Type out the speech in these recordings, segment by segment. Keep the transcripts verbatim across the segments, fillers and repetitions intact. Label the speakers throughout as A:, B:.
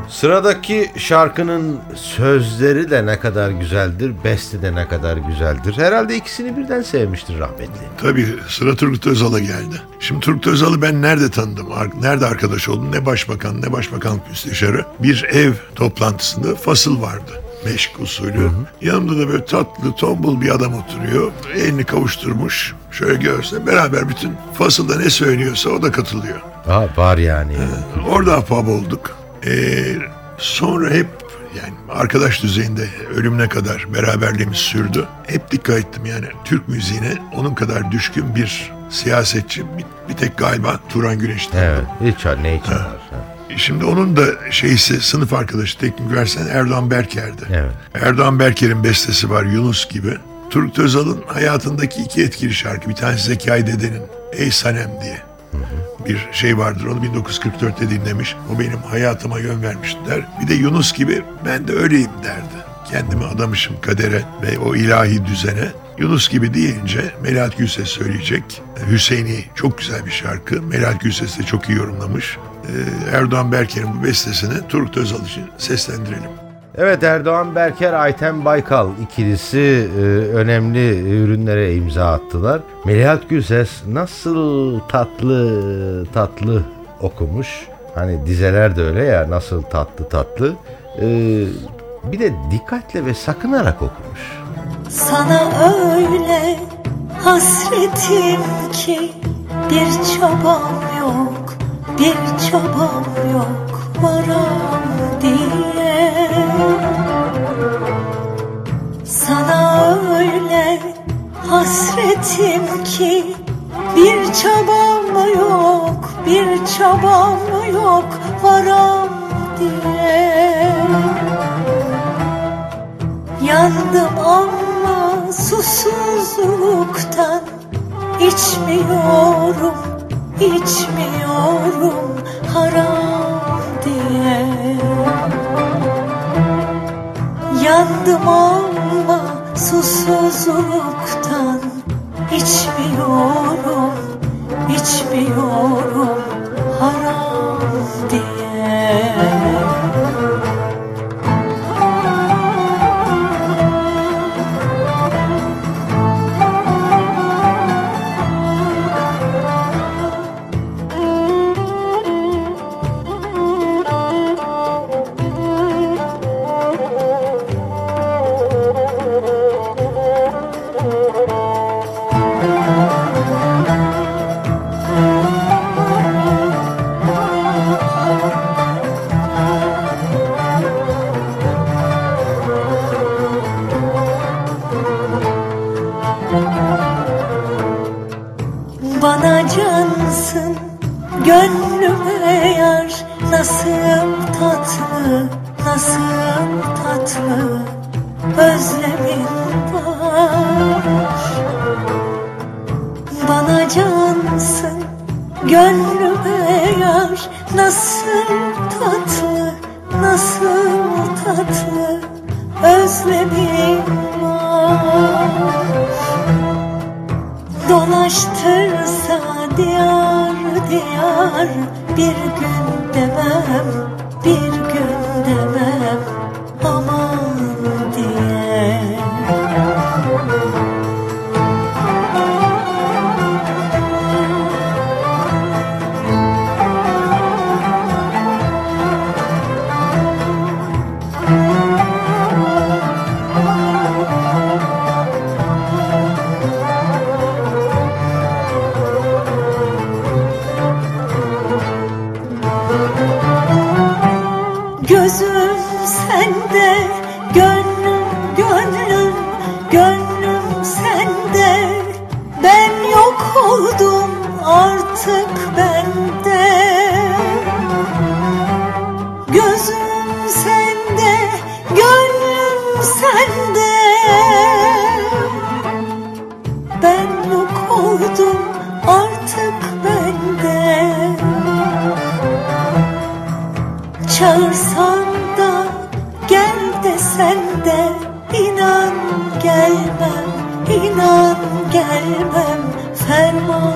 A: Sıradaki şarkının sözleri de ne kadar güzeldir, beste de ne kadar güzeldir. Herhalde ikisini birden sevmiştir rahmetli.
B: Tabii sıra Turgut Özal'a geldi. Şimdi Turgut Özal'ı ben nerede tanıdım, nerede arkadaş oldum? Ne başbakan ne başbakanlık müsteşarı. Bir ev toplantısında fasıl vardı. Meşk usulü. Hı hı. Yanımda da böyle tatlı, tombul bir adam oturuyor. Elini kavuşturmuş. Şöyle görse beraber bütün fasılda ne söylüyorsa o da katılıyor.
A: Aa, var yani.
B: Ee, orada ahbap olduk. Ee, sonra hep yani arkadaş düzeyinde ölümüne kadar beraberliğimiz sürdü. Hep dikkat ettim yani Türk müziğine onun kadar düşkün bir siyasetçi bir, bir tek galiba Turan Güneş'ten.
A: Evet. Hiç ne için var.
B: Şimdi onun da şeysi sınıf arkadaşı teknik versen Erdoğan Berker'di.
A: Evet.
B: Erdoğan Berker'in bestesi var Yunus gibi. Turgut Özal'ın hayatındaki iki etkili şarkı. Bir tanesi Zekai Dede'nin Ey Sanem diye. Hı hı. Bir şey vardır, onu bin dokuz yüz kırk dörtte dinlemiş. O benim hayatıma yön vermiş der. Bir de Yunus gibi ben de öyleyim derdi. Kendimi adamışım kadere ve o ilahi düzene. Yunus gibi deyince Melahat Gülses söyleyecek. Hüseyin'i çok güzel bir şarkı. Melahat Gülses de çok iyi yorumlamış. Erdoğan Berker'in bu bestesini Turgut Özal için seslendirelim.
A: Evet, Erdoğan Berker, Ayten Baykal ikilisi e, önemli ürünlere imza attılar. Melahat Gülses nasıl tatlı tatlı okumuş. Hani dizeler de öyle ya, nasıl tatlı tatlı. E, bir de dikkatle ve sakınarak okumuş.
C: Sana öyle hasretim ki bir çabam yok, bir çabam yok varam diye. Sana öyle hasretim ki bir çabam yok, bir çabam yok varam diye. Yandım ama susuzluktan, içmiyorum, içmiyorum haram diye. Yandım ama susuzluktan, içmiyorum, içmiyorum haram diye. Bana cansın, gönlüme yar, nasıl tatlı, nasıl tatlı özlemin var. Bana cansın, gönlüme yar, nasıl tatlı, nasıl tatlı özlemin var. Dolaştırsa diyar diyar bir gün demem, bir gün demem aman diye. Gözüm sende, gönlüm gönlüm, gönlüm sende. Ben yok oldum artık bende. Gözüm sende, gönlüm sende. Ben yok oldum artık bende. Çağırsan da gel desen de inan gelmem, inan gelmem ferman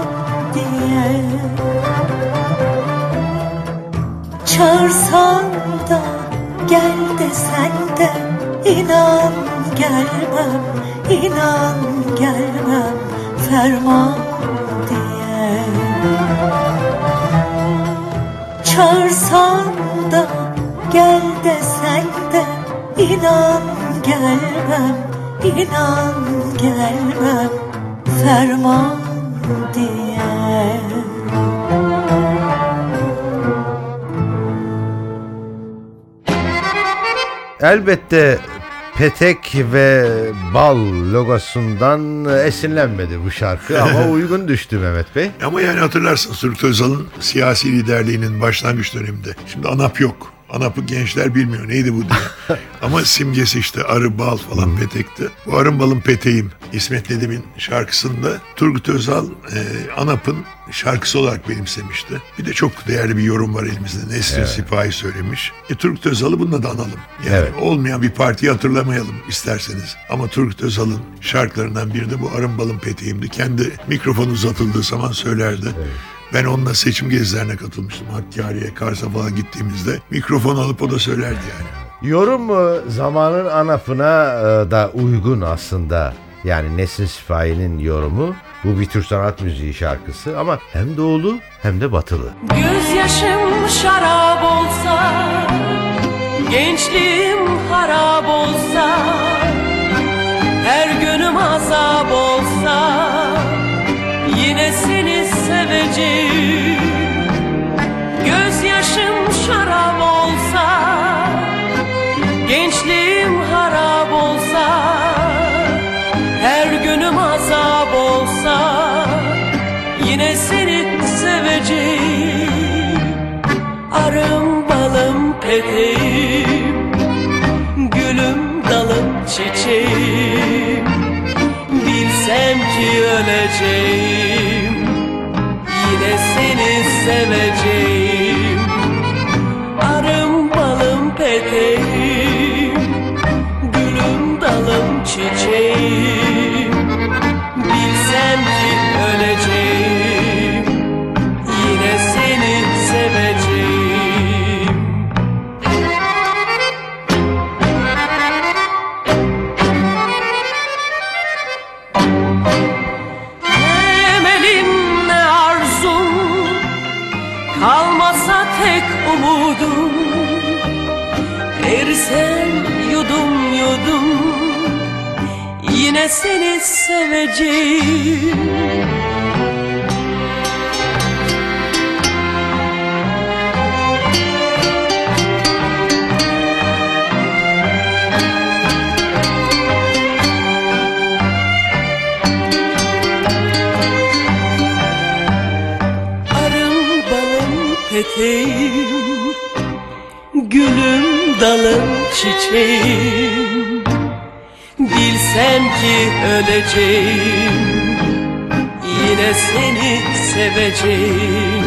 C: diye. Çağırsan da gel desen de inan gelmem, inan gelmem ferman diye. Çağırsan da gel desen de inan gelmem, inan gelmem ferman diye.
A: Elbette petek ve bal logosundan esinlenmedi bu şarkı ama uygun düştü Mehmet Bey.
B: Ama yani hatırlarsınız Turgut Özal'ın siyasi liderliğinin başlangıç döneminde. Şimdi ANAP yok. ANAP'ı gençler bilmiyor neydi bu diye. Ama simgesi işte arı, bal falan petekti. Bu arın balın peteğim İsmet Nedim'in şarkısında Turgut Özal e, ANAP'ın şarkısı olarak benimsemişti. Bir de çok değerli bir yorum var elimizde. Nesrin evet. Sipahi söylemiş. E, Turgut Özal'ı bununla da analım. Yani evet. Olmayan bir partiyi hatırlamayalım isterseniz. Ama Turgut Özal'ın şarkılarından biri de bu arın balın peteğimdi. Kendi mikrofonu uzatıldığı zaman söylerdi. Evet. Ben onunla seçim gezilerine katılmıştım. Hakkari'ye, Kars'a falan gittiğimizde mikrofon alıp o da söylerdi yani.
A: Yorum zamanın ANAP'ına da uygun aslında. Yani Nesrin Sipahi'nin yorumu. Bu bir tür sanat müziği şarkısı ama hem doğulu hem de batılı.
D: Gözyaşım şarap olsa, gençliğim harap olsa, her günüm azap olsa, yine seni seveceğim. Gözyaşım şarap olsa, gençliğim harap olsa, her günüm azap olsa, yine seni seveceğim. Arım balım peteğim, gülüm dalım çiçeğim, bilsem ki öleceğim, yine seni seveceğim. Arım balım peteğim, gülüm dalım çiçeğim, bilsem ki öleceğim, yine seni seveceğim. Ne emelim ne arzum, kalmasa tek umudum, ersem yudum yudum, yine seni seveceğim. Arım balım peteğim, gülüm dalım çiçeğim, bilsem ki öleceğim, yine seni seveceğim.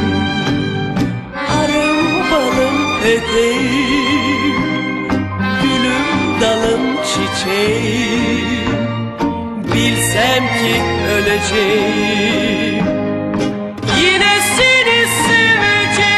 D: Arım balım peteğim, gülüm dalım çiçeğim, bilsem ki öleceğim, yine seni seveceğim.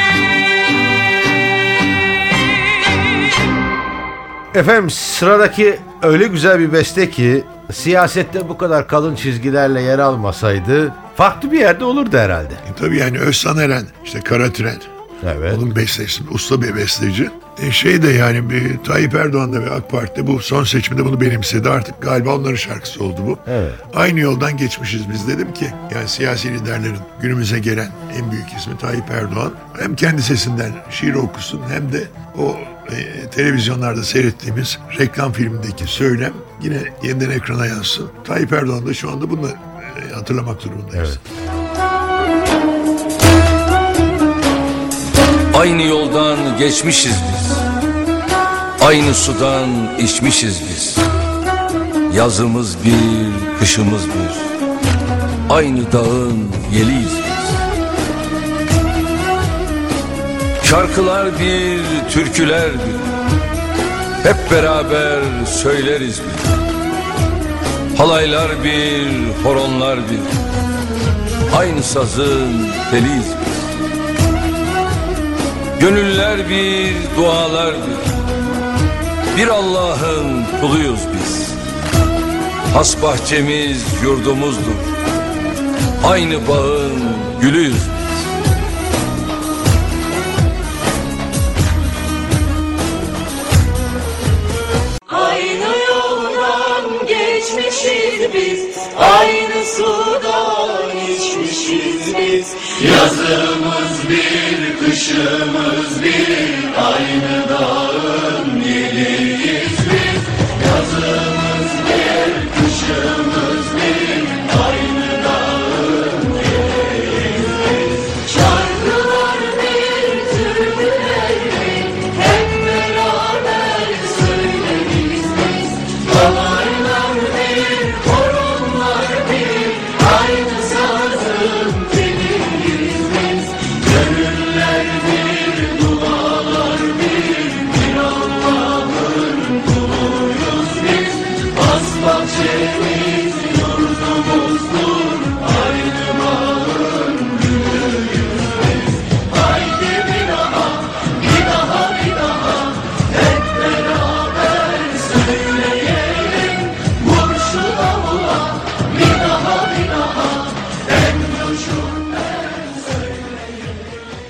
A: Efendim sıradaki öyle güzel bir beste ki siyasette bu kadar kalın çizgilerle yer almasaydı farklı bir yerde olurdu herhalde.
B: E, tabii yani Özsan Eren, işte Kara Tren.
A: Evet.
B: Onun bestesi, usta bir besteci. E şey de yani bir Tayyip Erdoğan da ve AK Parti'de bu son seçimde bunu benimsedi. Artık galiba onların şarkısı oldu bu.
A: Evet.
B: Aynı yoldan geçmişiz biz, dedim ki. Yani siyasi liderlerin günümüze gelen en büyük ismi Tayyip Erdoğan. Hem kendi sesinden şiir okusun hem de o e, televizyonlarda seyrettiğimiz reklam filmindeki söylem yine yeniden ekrana yansın. Tayyip Erdoğan da şu anda bunu e, hatırlamak durumundayız.
A: Evet.
E: Aynı yoldan geçmişiz biz, aynı sudan içmişiz biz. Yazımız bir, kışımız bir, aynı dağın yeliyiz biz. Şarkılar bir, türküler bir, hep beraber söyleriz bir. Halaylar bir, horonlar bir, aynı sazın teliyiz biz. Gönüller bir, dualar bir, bir Allah'ın kuluyuz biz. Has bahçemiz yurdumuzdur. Aynı bağın gülüyüz biz.
D: Aynı yoldan geçmişiz biz, aynı sudan içmişiz biz. Yazımız bir, kışımız bir, aynı dağın yeliyiz biz. Yazımız bir, kışımız bir, aynı dağın yeliyiz biz. Şarkılar bir, türküler bir, hep beraber söyleriz biz. Damarlar bir, horonlar bir, aynı sazın teliyiz biz. Gönüller bir, dualar bir, bir Allah'ın kuluyuz biz. Bas bahçemiz yurdumuzdur, aynı bağın gülüyüz biz. Haydi bir daha, bir daha, bir daha, hep beraber söyleyelim. Vur şu davula, bir daha, bir daha, en coşkunlar söyleyelim.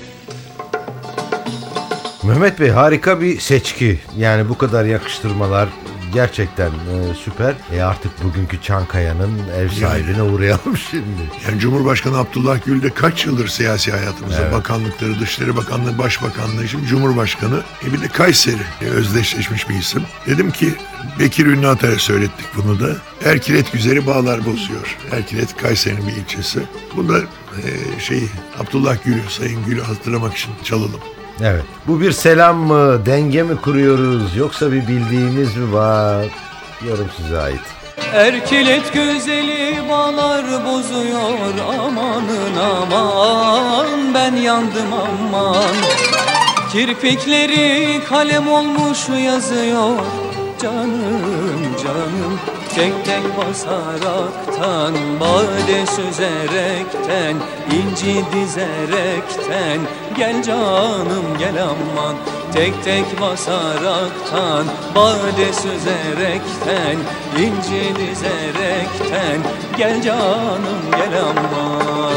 A: Mehmet Bey, harika bir seçki. Yani bu kadar yakıştırmalar gerçekten e, süper. E artık bugünkü Çankaya'nın ev sahibine uğrayalım şimdi.
B: Yani Cumhurbaşkanı Abdullah Gül de kaç yıldır siyasi hayatımızda,
A: Evet.
B: bakanlıkları, Dışişleri Bakanlığı, Başbakanlığı, şimdi Cumhurbaşkanı, e bir de Kayseri e, özdeşleşmiş bir isim. Dedim ki Bekir Ünlü Atar'a söylettik bunu da. Erkilet güzeli bağlar bozuyor. Erkilet Kayseri'nin bir ilçesi. Bunu da e, şey Abdullah Gül'ü, Sayın Gül'ü hatırlamak için çalalım.
A: Evet. Bu bir selam mı? Denge mi kuruyoruz? Yoksa bir bildiğimiz mi var? Yorum size ait.
D: Erkilet güzeli bağlar bozuyor, amanın aman, ben yandım aman. Kirpikleri kalem olmuş yazıyor, canım canım. Tek tek basaraktan, bade süzerekten, inci dizerekten, gel canım gel aman. Tek tek basaraktan, bade süzerekten, inci dizerekten, gel canım gel aman.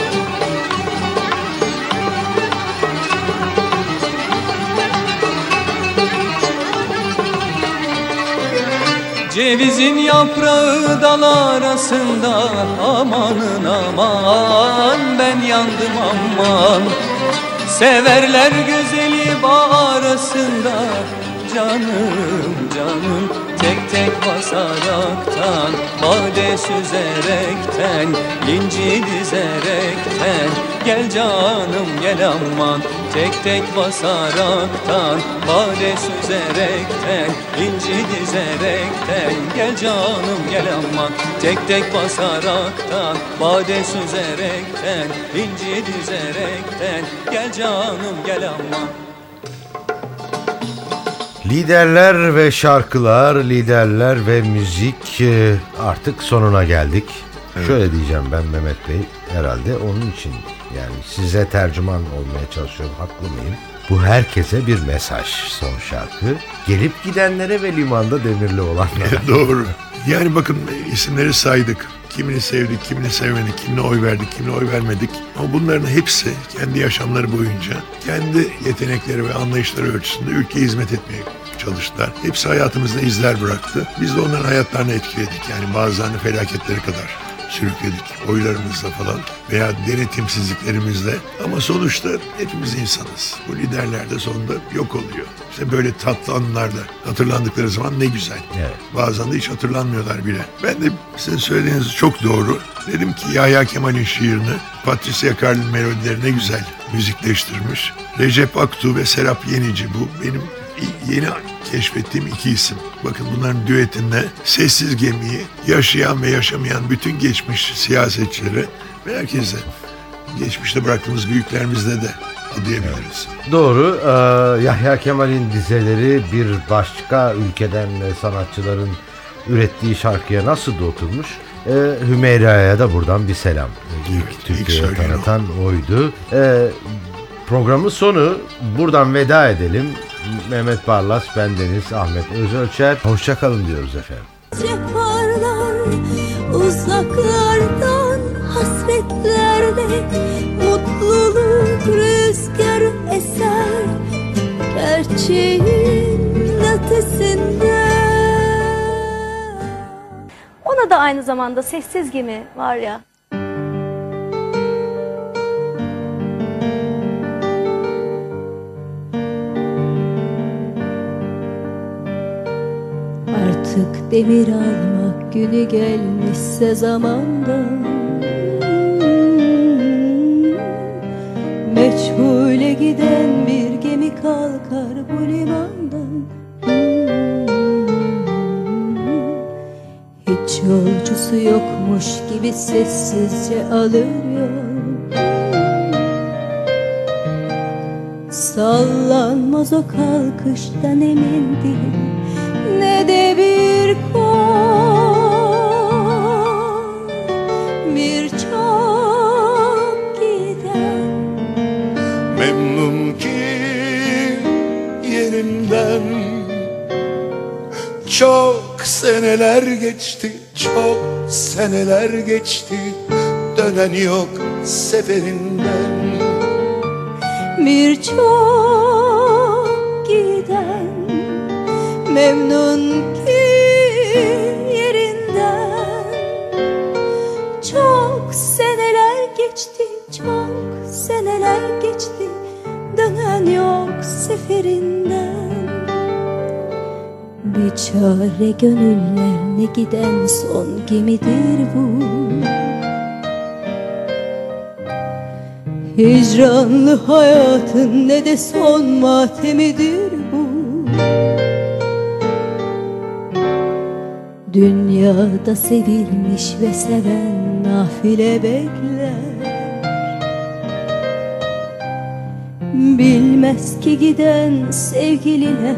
D: Cevizin yaprağı dal arasında, amanın aman, ben yandım aman. Severler güzeli bağ arasında, canım canım. Tek tek basaraktan, bade süzerekten, inci dizerekten, gel canım gel aman. Tek tek basaraktan, bade süzerekten, inci dizerekten, gel canım gel aman. Tek tek basaraktan, bade süzerekten, inci dizerekten, gel canım gel aman.
A: Liderler ve şarkılar, liderler ve müzik, e, artık sonuna geldik. Şöyle diyeceğim ben Mehmet Bey, herhalde onun için, yani size tercüman olmaya çalışıyorum, haklı mıyım? Bu herkese bir mesaj, son şarkı. Gelip gidenlere ve limanda demirli olanlara.
B: Doğru. Yani bakın isimleri saydık. Kimini sevdik, kimini sevmedik, kimine oy verdik, kimine oy vermedik. Ama bunların hepsi kendi yaşamları boyunca kendi yetenekleri ve anlayışları ölçüsünde ülkeye hizmet etmeye çalıştılar. Hepsi hayatımızda izler bıraktı. Biz de onların hayatlarını etkiledik. Yani bazılarını felaketleri kadar sürükledik oylarımızla falan veya denetimsizliklerimizle. Ama sonuçta hepimiz insanız. Bu liderler de sonunda yok oluyor. İşte böyle tatlı anılarda hatırlandıkları zaman ne güzel.
A: Evet.
B: Bazen de hiç hatırlanmıyorlar bile. Ben de sizin söylediğiniz çok doğru. Dedim ki Yahya Kemal'in şiirini Patricia Carl'in melodilerine güzel müzikleştirmiş. Recep Aktu ve Serap Yenici, bu benim yeni keşfettiğim iki isim. Bakın bunların düetinde Sessiz Gemiyi yaşayan ve yaşamayan bütün geçmiş siyasetçilere ve herkese, geçmişte bıraktığımız büyüklerimizle de adayabiliriz.
A: Doğru. Ee, Yahya Kemal'in dizeleri bir başka ülkeden sanatçıların ürettiği şarkıya nasıl da oturmuş. Ee, Hümeyra'ya da buradan bir selam. İlk
B: Evet, ilk
A: Türkiye'ye
B: söyleyen
A: tanıtan oydu. Ee, programın sonu, buradan veda edelim. Mehmet Barlas, bendeniz Ahmet Özölçer. Hoşçakalın diyoruz efendim.
C: Yaparlar uzaklardan hasretlerle, mutluluk rüzgar eser gerçeğin ötesinde.
F: Ona da aynı zamanda Sessiz Gemi var ya.
C: Artık demir almak günü gelmişse zamandan, meçhule giden bir gemi kalkar bu limandan. Hiç yolcusu yokmuş gibi sessizce alır yol. Sallanmaz o kalkıştan emin değil, ne de bir kol. Birçok giden
B: Memnun ki yerinden, çok seneler geçti, çok seneler geçti, dönen yok seferinden.
C: birçok giden memnun ki yerinden. Çok seneler geçti, çok seneler geçti, dönen yok seferinden. Bir çare gönüller, ne giden son gemidir bu. Hicranlı hayatın ne de son matemidir bu. Dünyada sevilmiş ve seven nafile bekler. Bilmez ki giden sevgililer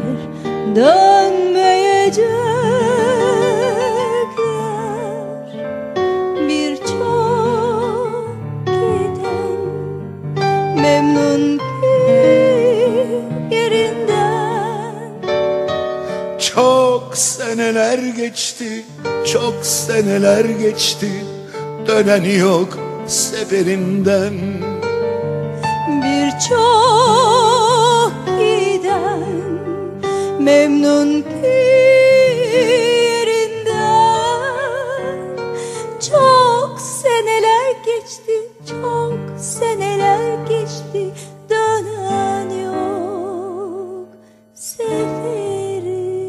C: dönmeyecekler. Birçok giden memnun ki yerinden.
B: Çok seneler geçti, çok seneler geçti, dönen yok seferinden.
C: Birçok giden memnun ki yerinden. Çok seneler geçti, çok seneler geçti, dönen yok seferinden.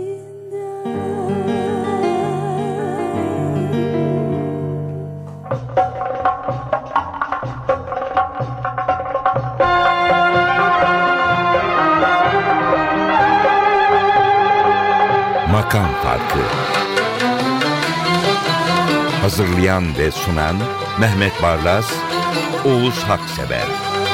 G: Makam Farkı. Hazırlayan ve sunan Mehmet Barlas, Oğuz Haksever.